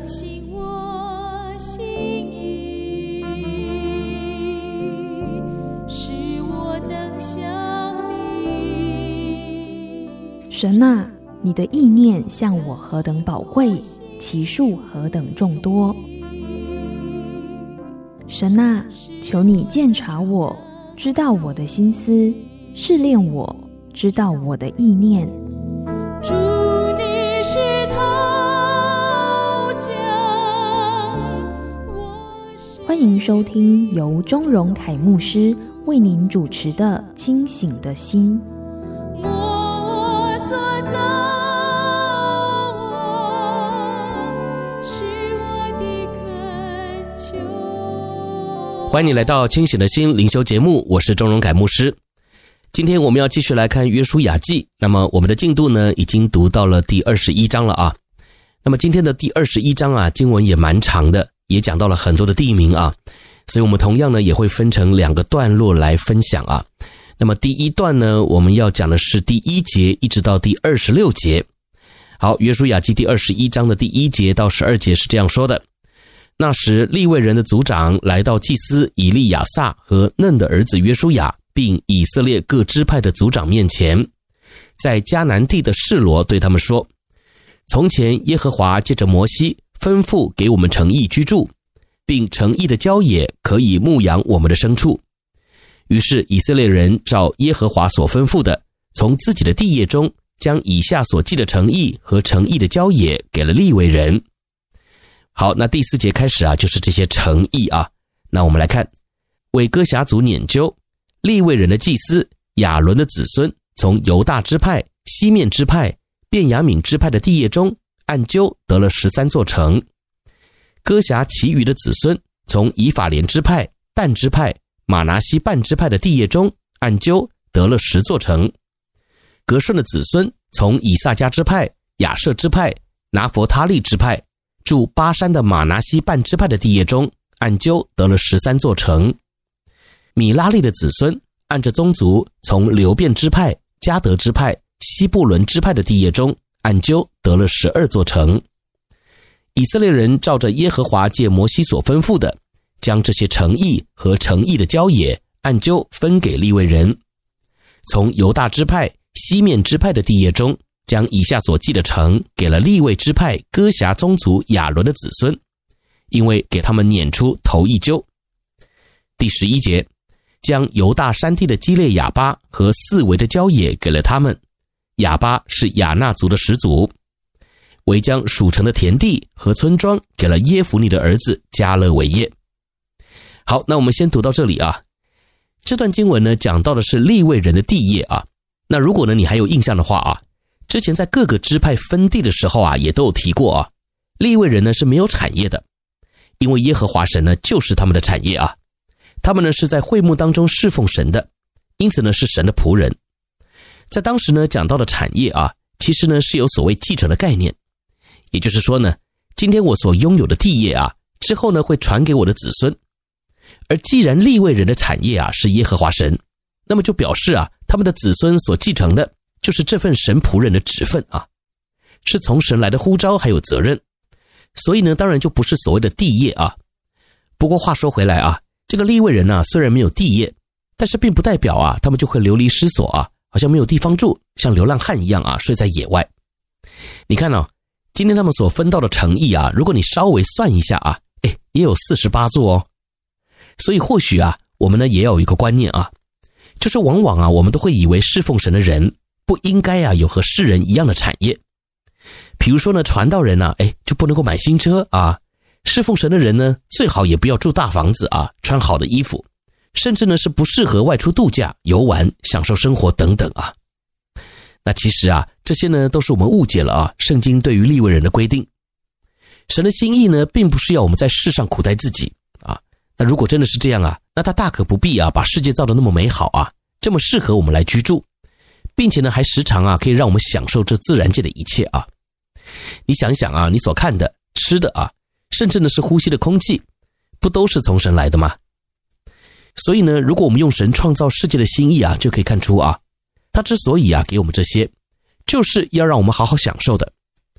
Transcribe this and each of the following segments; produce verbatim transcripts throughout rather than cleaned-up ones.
醒我心意，使我能想你。 神啊，你的意念向我何等宝贵，其数何等众多。神啊，求你鉴察我，知道我的心思，试炼我，知道我的意念。 主，你是陶匠，我是。 欢迎收听由钟荣凯牧师为您主持的《清醒的心》。 欢迎你来到清醒的心灵修节目，我是钟荣凯牧师。今天我们要继续来看约书亚记，那么我们的进度呢已经读到了第二十一章了啊。那么今天的第二十一章啊，经文也蛮长的，也讲到了很多的地名啊，所以我们同样呢也会分成两个段落来分享啊。那么第一段呢，我们要讲的是第一节一直到第二十六节。好，约书亚记第二十一章的第一节到十二节是这样说的：那时利未人的族长来到祭司以利亚撒和嫩的儿子约书亚，并以色列各支派的族长面前，在迦南地的示罗对他们说，从前耶和华借着摩西吩咐给我们城邑居住，并城邑的郊野可以牧养我们的牲畜。于是以色列人照耶和华所吩咐的，从自己的地业中将以下所记的城邑和城邑的郊野给了利未人。好，那第四节开始啊，就是这些城邑啊。那我们来看，为哥辖族拈阄，利未人的祭司亚伦的子孙，从犹大支派、西面支派、便雅悯支派的地业中，按阄得了十三座城。哥辖其余的子孙，从以法莲支派、但支派、马拿西半支派的地业中，按阄得了十座城。革顺的子孙，从以萨迦支派、亚设支派、拿弗他利支派，住巴山的马拿西半支派的地业中，按阄得了十三座城。米拉利的子孙按着宗族，从流便支派、迦得支派、西布伦支派的地业中，按阄得了十二座城。以色列人照着耶和华借摩西所吩咐的，将这些城邑和城邑的郊野按阄分给利未人。从犹大支派、西面支派的地业中，将以下所记的城给了利未支派哥辖宗族亚伦的子孙，因为给他们撵出头一阄。第十一节，将犹大山地的基列亚巴和四围的郊野给了他们。亚巴是亚纳族的始祖，为将属城的田地和村庄给了耶孚尼的儿子迦勒为业。好，那我们先读到这里啊。这段经文呢，讲到的是利未人的地业啊。那如果呢你还有印象的话啊，之前在各个支派分地的时候啊，也都有提过啊，利未人呢是没有产业的，因为耶和华神呢就是他们的产业啊。他们呢是在会幕当中侍奉神的，因此呢是神的仆人。在当时呢讲到的产业啊，其实呢是有所谓继承的概念，也就是说呢，今天我所拥有的地业啊，之后呢会传给我的子孙。而既然利未人的产业啊是耶和华神，那么就表示啊，他们的子孙所继承的就是这份神仆人的职分啊，是从神来的呼召还有责任，所以呢，当然就不是所谓的地业啊。不过话说回来啊，这个利未人啊，虽然没有地业，但是并不代表啊，他们就会流离失所啊，好像没有地方住，像流浪汉一样啊，睡在野外。你看啊，今天他们所分到的城邑啊，如果你稍微算一下啊，哎，也有四十八座哦。所以或许啊，我们呢也要有一个观念啊，就是往往啊，我们都会以为侍奉神的人不应该啊有和世人一样的产业。比如说呢，传道人啊，哎，就不能够买新车啊；侍奉神的人呢，最好也不要住大房子啊，穿好的衣服，甚至呢是不适合外出度假、游玩、享受生活等等啊。那其实啊，这些呢都是我们误解了啊，圣经对于利未人的规定。神的心意呢，并不是要我们在世上苦待自己啊。那如果真的是这样啊，那他大可不必啊，把世界造得那么美好啊，这么适合我们来居住，并且呢，还时常啊，可以让我们享受这自然界的一切啊。你想一想啊，你所看的、吃的啊，甚至呢是呼吸的空气，不都是从神来的吗？所以呢，如果我们用神创造世界的心意啊，就可以看出啊，他之所以啊给我们这些，就是要让我们好好享受的。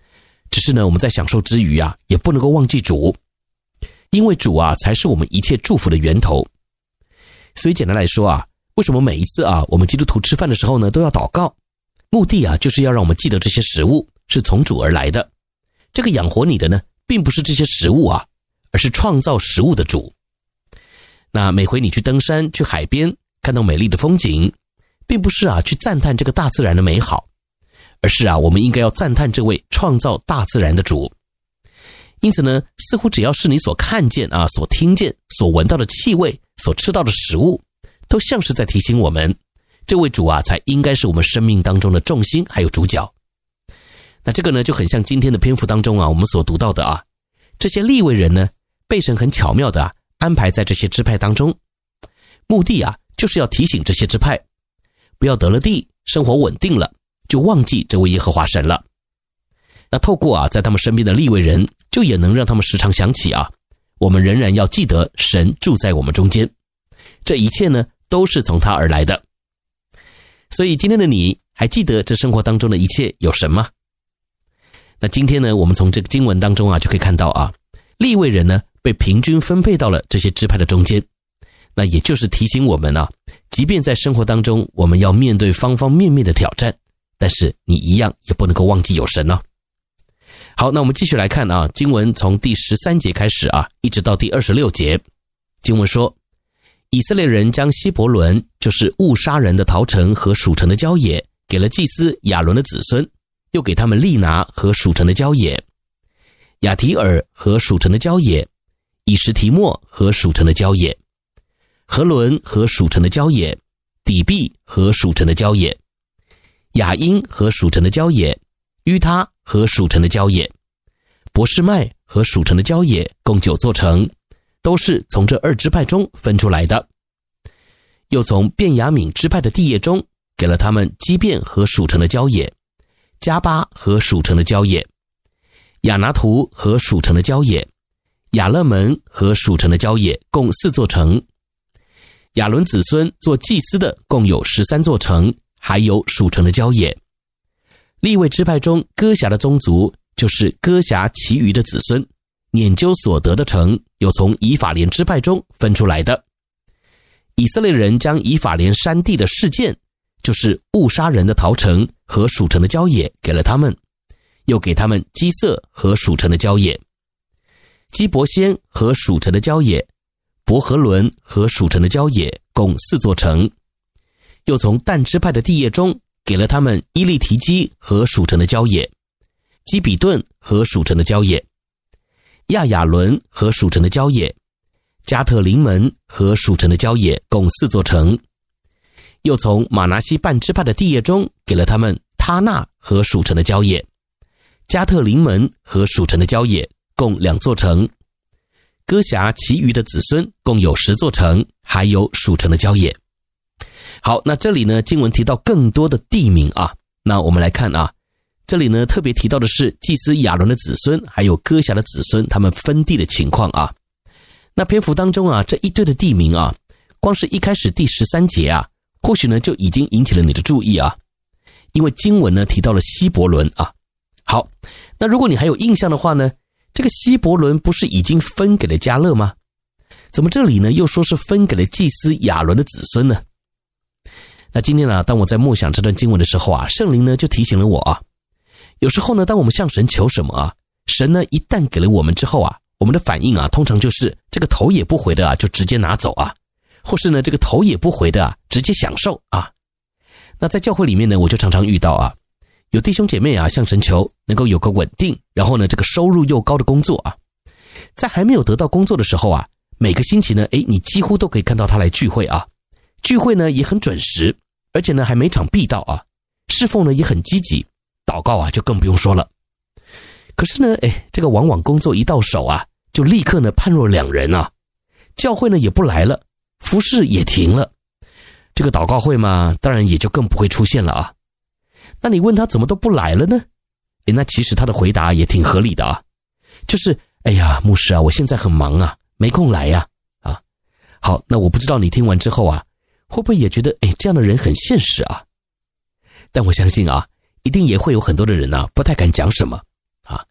只是呢，我们在享受之余啊，也不能够忘记主，因为主啊，才是我们一切祝福的源头。所以简单来说啊，为什么每一次啊，我们基督徒吃饭的时候呢，都要祷告？目的啊，就是要让我们记得这些食物是从主而来的。这个养活你的呢，并不是这些食物啊，而是创造食物的主。那每回你去登山、去海边，看到美丽的风景，并不是啊去赞叹这个大自然的美好，而是啊我们应该要赞叹这位创造大自然的主。因此呢，似乎只要是你所看见啊、所听见、所闻到的气味、所吃到的食物，都像是在提醒我们，这位主啊才应该是我们生命当中的重心还有主角。那这个呢，就很像今天的篇幅当中啊，我们所读到的啊，这些利未人呢，被神很巧妙的啊安排在这些支派当中，目的啊就是要提醒这些支派，不要得了地，生活稳定了，就忘记这位耶和华神了。那透过啊在他们身边的利未人，就也能让他们时常想起啊，我们仍然要记得神住在我们中间，这一切呢都是从他而来的。所以今天的你还记得这生活当中的一切有神吗？那今天呢，我们从这个经文当中啊，就可以看到啊，利未人呢被平均分配到了这些支派的中间。那也就是提醒我们啊，即便在生活当中我们要面对方方面面的挑战，但是你一样也不能够忘记有神哦。好，那我们继续来看啊，经文从第十三节开始啊，一直到第二十六节。经文说，以色列人将希伯伦，就是误杀人的逃城和属城的郊野，给了祭司亚伦的子孙，又给他们利拿和属城的郊野，亚提尔和属城的郊野，以实提莫和属城的郊野，何伦和属城的郊野，底壁和属城的郊野，雅因和属城的郊野，于他和属城的郊野，伯示麦和属城的郊野，共九座城，都是从这二支派中分出来的。又从便雅悯支派的地业中，给了他们基遍和属城的郊野，加巴和属城的郊野，亚拿图和属城的郊野，亚勒门和属城的郊野，共四座城。亚伦子孙做祭司的共有十三座城，还有属城的郊野。利未支派中哥辖的宗族，就是哥辖其余的子孙，拈阄所得的城，有从以法莲支派中分出来的。以色列人将以法莲山地的事件，就是误杀人的逃城和属城的郊野，给了他们，又给他们基色和属城的郊野，基伯先和属城的郊野，伯和伦和属城的郊野，共四座城。又从但支派的地业中，给了他们伊利提基和属城的郊野，基比顿和属城的郊野，亚雅伦和属城的郊野，加特临门和属城的郊野，共四座城。又从马拿西半支派的地业中，给了他们他纳和属城的郊野，加特临门和属城的郊野，共两座城。哥辖其余的子孙共有十座城，还有属城的郊野。好，那这里呢，经文提到更多的地名啊，那我们来看啊，这里呢特别提到的是祭司亚伦的子孙，还有哥辖的子孙，他们分地的情况啊。那篇幅当中啊，这一堆的地名啊，光是一开始第十三节啊，或许呢就已经引起了你的注意啊，因为经文呢提到了希伯伦啊。好，那如果你还有印象的话呢，这个希伯伦不是已经分给了迦勒吗？怎么这里呢又说是分给了祭司亚伦的子孙呢？那今天呢、啊，当我在默想这段经文的时候啊，圣灵呢就提醒了我啊，有时候呢，当我们向神求什么啊，神呢一旦给了我们之后啊，我们的反应啊，通常就是这个头也不回的啊，就直接拿走啊，或是呢这个头也不回的啊，直接享受啊。那在教会里面呢，我就常常遇到啊，有弟兄姐妹啊向神求能够有个稳定，然后呢这个收入又高的工作啊，在还没有得到工作的时候啊，每个星期呢，诶，你几乎都可以看到他来聚会啊，聚会呢也很准时，而且呢还每场必到啊，侍奉呢也很积极，祷告啊就更不用说了。可是呢，诶，这个往往工作一到手啊，就立刻呢判若两人啊，教会呢也不来了，服事也停了，这个祷告会嘛，当然也就更不会出现了啊。那你问他怎么都不来了呢？诶，那其实他的回答也挺合理的啊，就是哎呀，牧师啊，我现在很忙啊，没空来呀、啊。啊，好，那我不知道你听完之后啊，会不会也觉得，哎，这样的人很现实啊？但我相信啊，一定也会有很多的人啊，不太敢讲什么啊，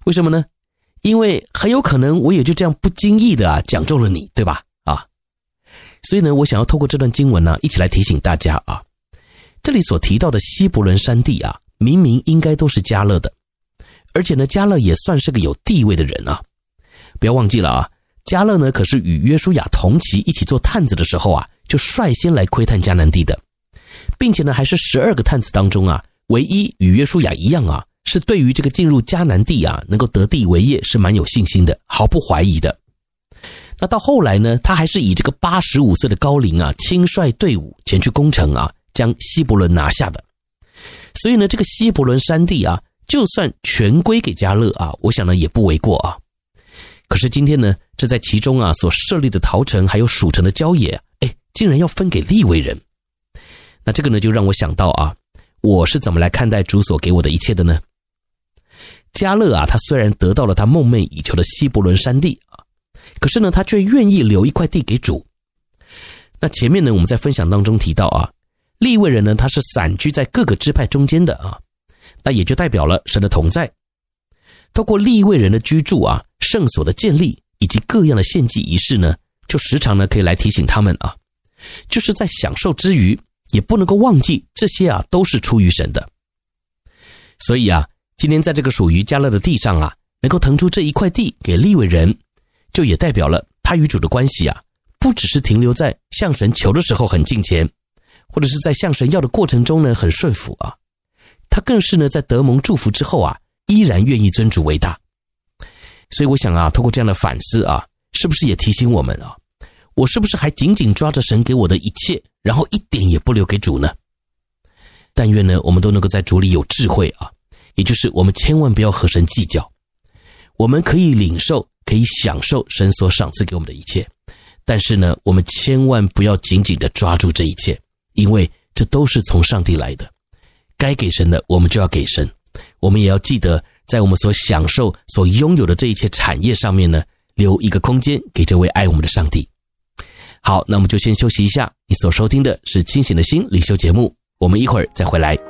为什么呢？因为很有可能我也就这样不经意的啊讲中了你，对吧？啊，所以呢，我想要透过这段经文呢、啊，一起来提醒大家啊，这里所提到的希伯伦山地啊，明明应该都是迦勒的，而且呢，迦勒也算是个有地位的人啊。不要忘记了啊，迦勒呢可是与约书亚同期一起做探子的时候啊，就率先来窥探迦南地的，并且呢，还是十二个探子当中啊，唯一与约书亚一样啊，是对于这个进入迦南地啊，能够得地为业是蛮有信心的，毫不怀疑的。那到后来呢，他还是以这个八十五岁的高龄啊，亲率队伍前去攻城啊，将希伯伦拿下的。所以呢，这个希伯伦山地啊，就算全归给迦勒啊，我想呢也不为过啊。可是今天呢，这在其中啊所设立的陶城还有属城的郊野，哎，竟然要分给利未人。那这个呢，就让我想到啊，我是怎么来看待主所给我的一切的呢？迦勒啊，他虽然得到了他梦寐以求的希伯伦山地啊，可是呢，他却愿意留一块地给主。那前面呢，我们在分享当中提到啊，利未人呢，他是散居在各个支派中间的啊，那也就代表了神的同在。透过利未人的居住啊，圣所的建立以及各样的献祭仪式呢，就时常呢可以来提醒他们啊，就是在享受之余，也不能够忘记这些啊都是出于神的。所以啊，今天在这个属于迦勒的地上啊，能够腾出这一块地给利未人，就也代表了他与主的关系啊，不只是停留在向神求的时候很敬虔，或者是在向神要的过程中呢很顺服啊，他更是呢在得蒙祝福之后啊，依然愿意尊主为大。所以我想啊，透过这样的反思啊，是不是也提醒我们啊，我是不是还紧紧抓着神给我的一切，然后一点也不留给主呢？但愿呢，我们都能够在主里有智慧啊，也就是我们千万不要和神计较。我们可以领受，可以享受神所赏赐给我们的一切，但是呢，我们千万不要紧紧的抓住这一切，因为这都是从上帝来的。该给神的，我们就要给神。我们也要记得，在我们所享受、所拥有的这一切产业上面呢，留一个空间给这位爱我们的上帝。好，那我们就先休息一下。你所收听的是清醒的心灵修节目，我们一会儿再回来。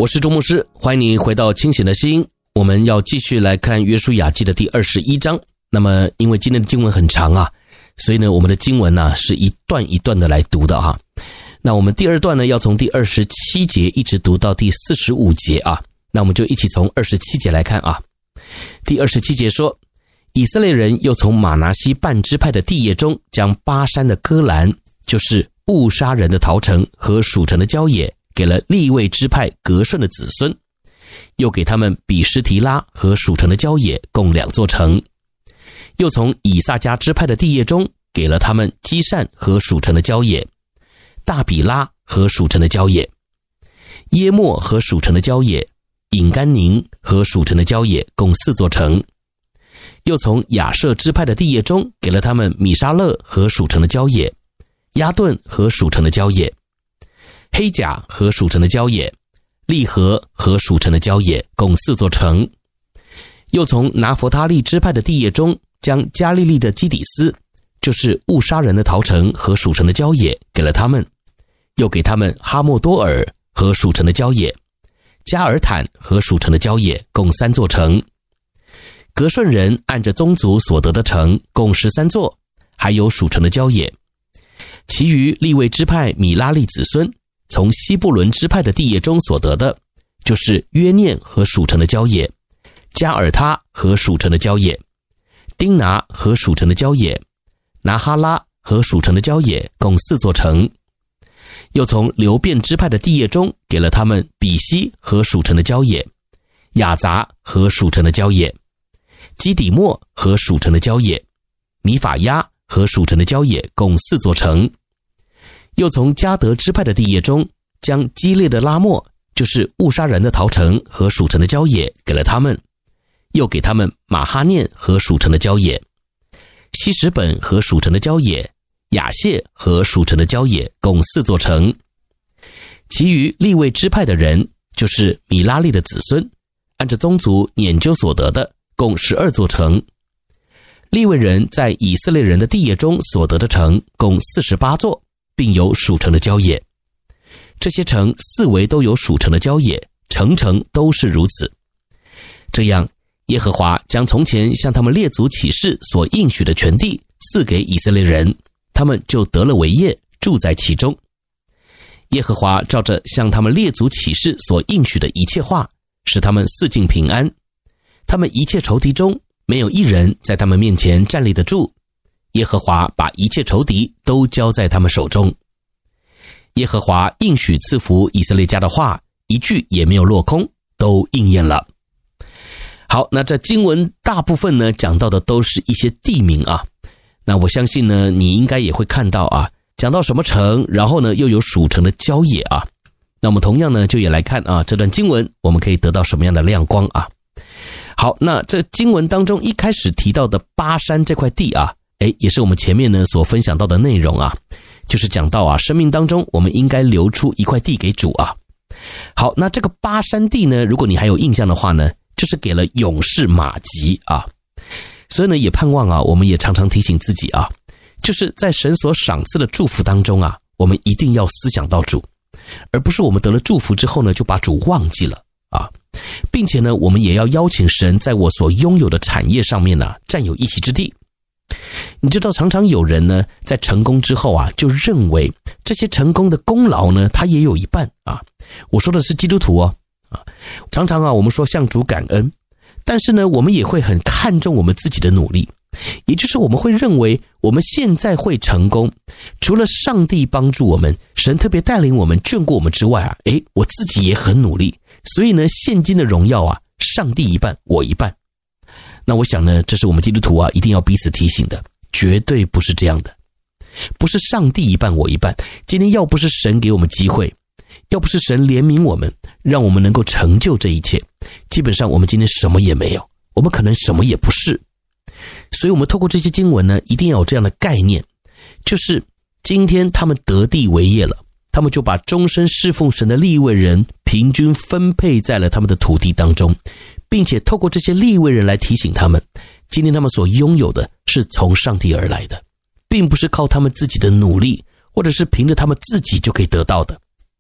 我是周牧师，欢迎你回到清醒的心。我们要继续来看约书亚记的第二十一章。那么因为今天的经文很长啊，所以呢我们的经文呢、啊、是一段一段的来读的哈。那我们第二段呢要从第二十七节一直读到第四十五节啊。那我们就一起从二十七节来看啊。第二十七节说，以色列人又从玛拿西半支派的地业中将巴山的戈兰，就是误杀人的逃城和属城的郊野，给了利未支派革顺的子孙，又给他们比施提拉和属城的郊野共两座城，又从以萨迦支派的地业中给了他们基善和属城的郊野，大比拉和属城的郊野，耶莫和属城的郊野，隐甘宁和属城的郊野共四座城，又从亚设支派的地业中给了他们米沙勒和属城的郊野，亚顿和属城的郊野，黑甲和属城的郊野，利和和属城的郊野共四座城，又从拿弗他利支派的地业中将加利利的基底斯，就是误杀人的逃城和属城的郊野给了他们，又给他们哈莫多尔和属城的郊野，加尔坦和属城的郊野共三座城。革顺人按着宗族所得的城共十三座，还有属城的郊野。其余利未支派米拉利子孙从西布伦支派的地业中所得的，就是约念和属城的郊野，加尔他和属城的郊野，丁拿和属城的郊野，拿哈拉和属城的郊野共四座城。又从流便支派的地业中给了他们比西和属城的郊野，雅杂和属城的郊野，基底莫和属城的郊野，米法亚和属城的郊野共四座城。又从迦得支派的地业中将基列的拉末，就是误杀人的逃城和属城的郊野给了他们，又给他们马哈念和属城的郊野，西什本和属城的郊野，亚谢和属城的郊野共四座城。其余利未支派的人，就是米拉利的子孙，按着宗族研究所得的共十二座城。利未人在以色列人的地业中所得的城共四十八座，并有属城的郊野。这些城四围都有属城的郊野，城城都是如此。这样耶和华将从前向他们列祖起誓所应许的全地赐给以色列人，他们就得了为业，住在其中。耶和华照着向他们列祖起誓所应许的一切话，使他们四境平安。他们一切仇敌中没有一人在他们面前站立得住，耶和华把一切仇敌都交在他们手中。耶和华应许赐福以色列家的话，一句也没有落空，都应验了。好，那这经文大部分呢讲到的都是一些地名啊。那我相信呢你应该也会看到啊，讲到什么城，然后呢又有属城的郊野啊。那我们同样呢就也来看啊这段经文我们可以得到什么样的亮光啊。好，那这经文当中一开始提到的巴山这块地啊，诶也是我们前面呢所分享到的内容啊，就是讲到啊生命当中我们应该留出一块地给主啊。好，那这个巴山地呢，如果你还有印象的话呢，就是给了勇士马吉啊。所以呢也盼望啊我们也常常提醒自己啊，就是在神所赏赐的祝福当中啊，我们一定要思想到主，而不是我们得了祝福之后呢就把主忘记了啊。并且呢我们也要邀请神在我所拥有的产业上面呢、啊、占有一席之地。你知道常常有人呢在成功之后啊，就认为这些成功的功劳呢他也有一半啊。我说的是基督徒哦啊，常常啊我们说向主感恩，但是呢我们也会很看重我们自己的努力，也就是我们会认为我们现在会成功，除了上帝帮助我们，神特别带领我们眷顾我们之外啊，诶我自己也很努力，所以呢现今的荣耀啊，上帝一半我一半。那我想呢这是我们基督徒啊一定要彼此提醒的，绝对不是这样的，不是上帝一半我一半。今天要不是神给我们机会，要不是神怜悯我们，让我们能够成就这一切，基本上我们今天什么也没有，我们可能什么也不是。所以我们透过这些经文呢，一定要有这样的概念，就是今天他们得地为业了，他们就把终身侍奉神的利未人平均分配在了他们的土地当中，并且透过这些利未人来提醒他们，今天他们所拥有的是从上帝而来的，并不是靠他们自己的努力，或者是凭着他们自己就可以得到的。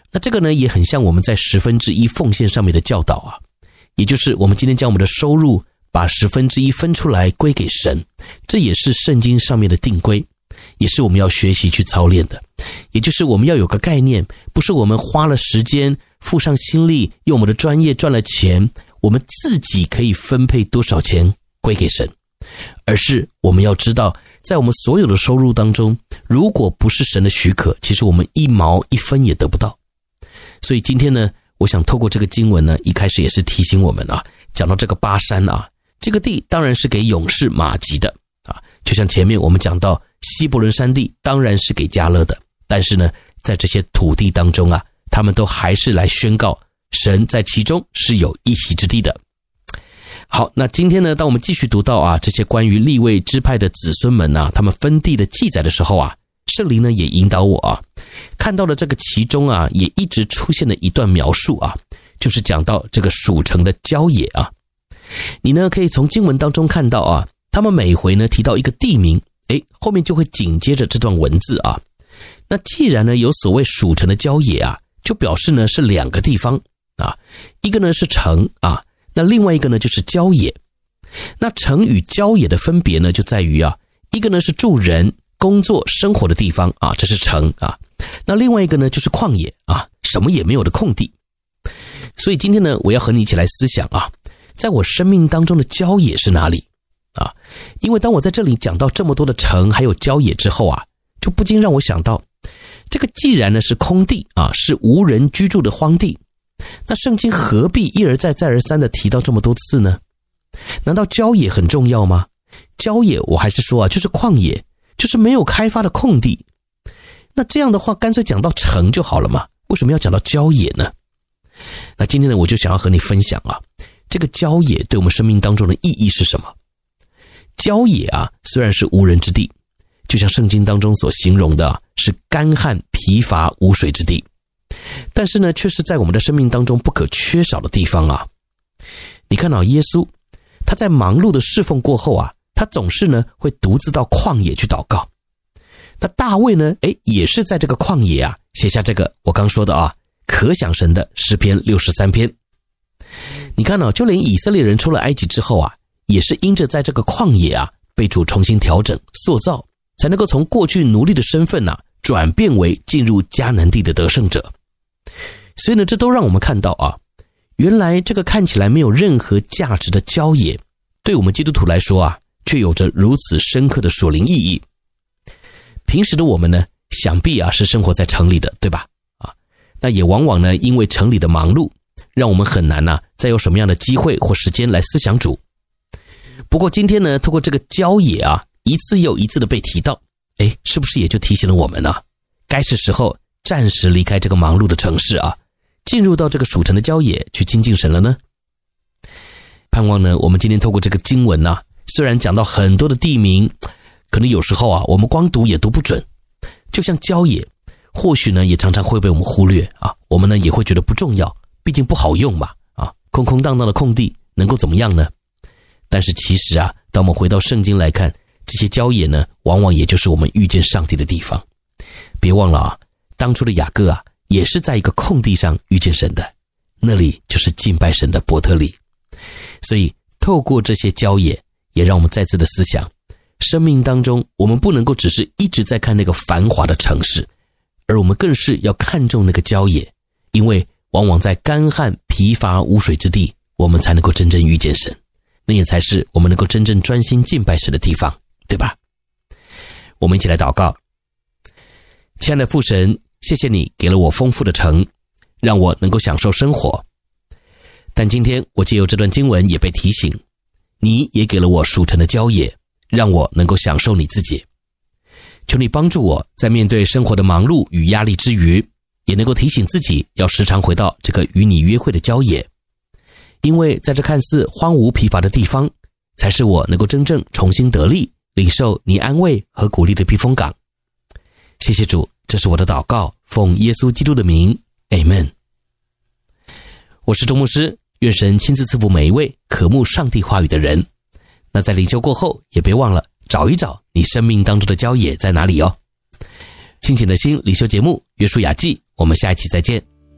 那这个呢，也很像我们在十分之一奉献上面的教导啊，也就是我们今天将我们的收入把十分之一分出来归给神，这也是圣经上面的定规，也是我们要学习去操练的。也就是我们要有个概念，不是我们花了时间付上心力，用我们的专业赚了钱，我们自己可以分配多少钱归给神，而是我们要知道，在我们所有的收入当中，如果不是神的许可，其实我们一毛一分也得不到。所以今天呢，我想透过这个经文呢，一开始也是提醒我们啊，讲到这个巴珊啊，这个地当然是给勇士马吉的啊，就像前面我们讲到希伯伦山地当然是给迦勒的，但是呢，在这些土地当中啊，他们都还是来宣告神在其中是有一席之地的。好，那今天呢，当我们继续读到啊这些关于利未支派的子孙们啊，他们分地的记载的时候啊，圣灵呢也引导我啊，看到了这个其中啊，也一直出现了一段描述啊，就是讲到这个属城的郊野啊。你呢可以从经文当中看到啊，他们每回呢提到一个地名，诶，后面就会紧接着这段文字啊。那既然呢有所谓属城的郊野啊，就表示呢是两个地方啊，一个呢是城啊，那另外一个呢就是郊野。那城与郊野的分别呢就在于啊，一个呢是住人工作生活的地方啊，这是城啊，那另外一个呢就是旷野啊，什么也没有的空地。所以今天呢，我要和你一起来思想啊，在我生命当中的郊野是哪里啊？因为当我在这里讲到这么多的城还有郊野之后啊，就不禁让我想到，这个既然呢是空地啊，是无人居住的荒地，那圣经何必一而再再而三的提到这么多次呢？难道郊野很重要吗？郊野我还是说啊，就是旷野，就是没有开发的空地。那这样的话，干脆讲到城就好了嘛，为什么要讲到郊野呢？那今天呢，我就想要和你分享啊，这个郊野对我们生命当中的意义是什么？郊野啊，虽然是无人之地，就像圣经当中所形容的啊，是干旱疲乏无水之地，但是呢，却是在我们的生命当中不可缺少的地方啊。你看到耶稣，他在忙碌的侍奉过后啊，他总是呢会独自到旷野去祷告。那大卫呢，诶，也是在这个旷野啊写下这个我刚说的啊，可想神的诗篇六十三篇。你看啊，就连以色列人出了埃及之后啊，也是因着在这个旷野啊被主重新调整塑造，才能够从过去奴隶的身份啊转变为进入迦南地的得胜者。所以呢，这都让我们看到啊，原来这个看起来没有任何价值的郊野，对我们基督徒来说啊，却有着如此深刻的属灵意义。平时的我们呢，想必啊是生活在城里的，对吧？啊，那也往往呢，因为城里的忙碌，让我们很难啊，再有什么样的机会或时间来思想主。不过今天呢，透过这个郊野啊，一次又一次的被提到，诶，是不是也就提醒了我们啊，该是时候暂时离开这个忙碌的城市啊，进入到这个属城的郊野去亲近神了呢？盼望呢，我们今天透过这个经文啊，虽然讲到很多的地名，可能有时候啊，我们光读也读不准，就像郊野，或许呢也常常会被我们忽略啊，我们呢也会觉得不重要，毕竟不好用嘛，啊，空空荡荡的空地能够怎么样呢？但是其实啊，当我们回到圣经来看，这些郊野呢，往往也就是我们遇见上帝的地方。别忘了啊，当初的雅各啊，也是在一个空地上遇见神的，那里就是敬拜神的伯特利。所以透过这些郊野，也让我们再次的思想，生命当中我们不能够只是一直在看那个繁华的城市，而我们更是要看重那个郊野，因为往往在干旱疲乏无水之地，我们才能够真正遇见神，那也才是我们能够真正专心敬拜神的地方，对吧？我们一起来祷告。亲爱的父神，谢谢你给了我丰富的城，让我能够享受生活。但今天我借由这段经文也被提醒，你也给了我属城的郊野，让我能够享受你自己。求你帮助我在面对生活的忙碌与压力之余，也能够提醒自己要时常回到这个与你约会的郊野，因为在这看似荒芜疲乏的地方，才是我能够真正重新得力，领受你安慰和鼓励的避风港。谢谢主，这是我的祷告，奉耶稣基督的名 Amen。 我是周牧师，愿神亲自赐福每一位渴慕上帝话语的人。那在灵修过后，也别忘了找一找你生命当中的郊野在哪里哦。清醒的心灵修节目约书亚记，我们下一期再见。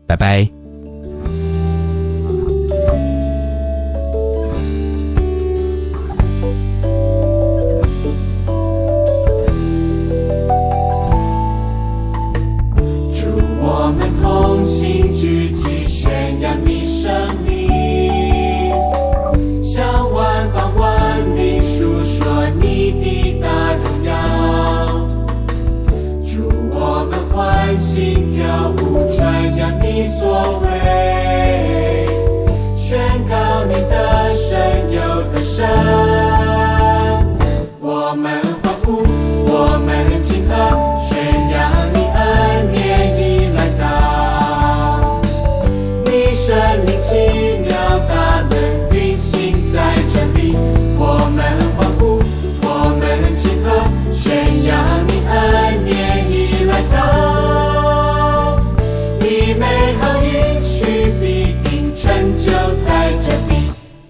拜拜。 我们同心聚集，宣扬你生命，向万邦万民述说你的大荣耀。主，我们欢欣跳舞，传扬你作为，宣告你的神有的神。我们欢呼，我们庆贺，宣扬你恩典已来到，你神灵奇妙大能运行在这里。我们欢呼，我们庆贺，宣扬你恩典已来到，你美好应许必定成就在这里。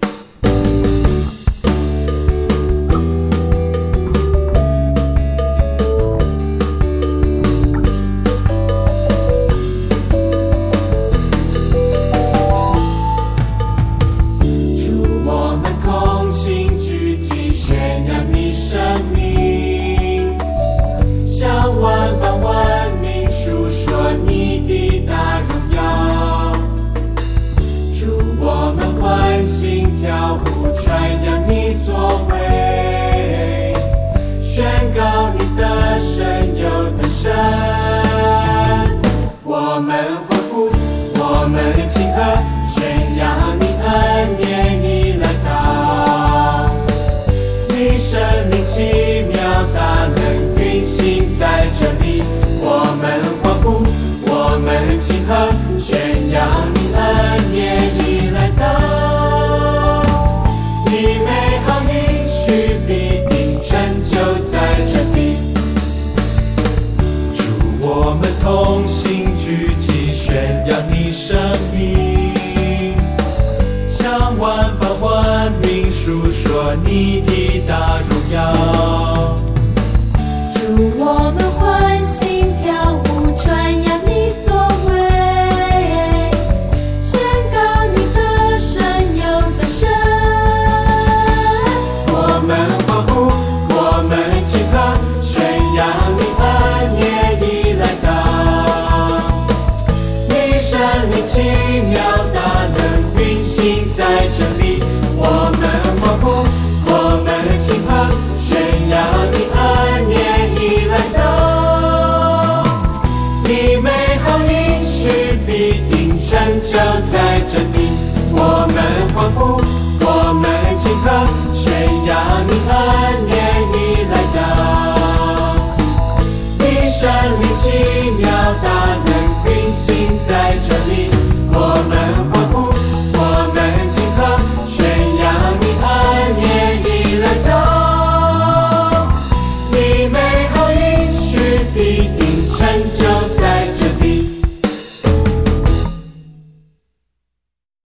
我们欢呼，我们庆贺，宣扬你恩典已来到，你神灵奇妙大能运行在这里。我们欢呼，我们庆贺，宣扬你恩典已来到，你美好应许必定成就在这里。我们同心聚集，宣扬你生命，向万邦万民述说你的大荣耀。 主，我们欢欣跳舞，传扬你作为，宣告你的神有的神。 我们欢呼，我们庆贺，宣扬你恩典已来到，你神灵奇妙大能运行在这里。我们欢呼，我们庆贺，宣扬你恩典已来到，你美好应许必定成就在这里。我们欢呼，我们庆贺，宣扬你恩典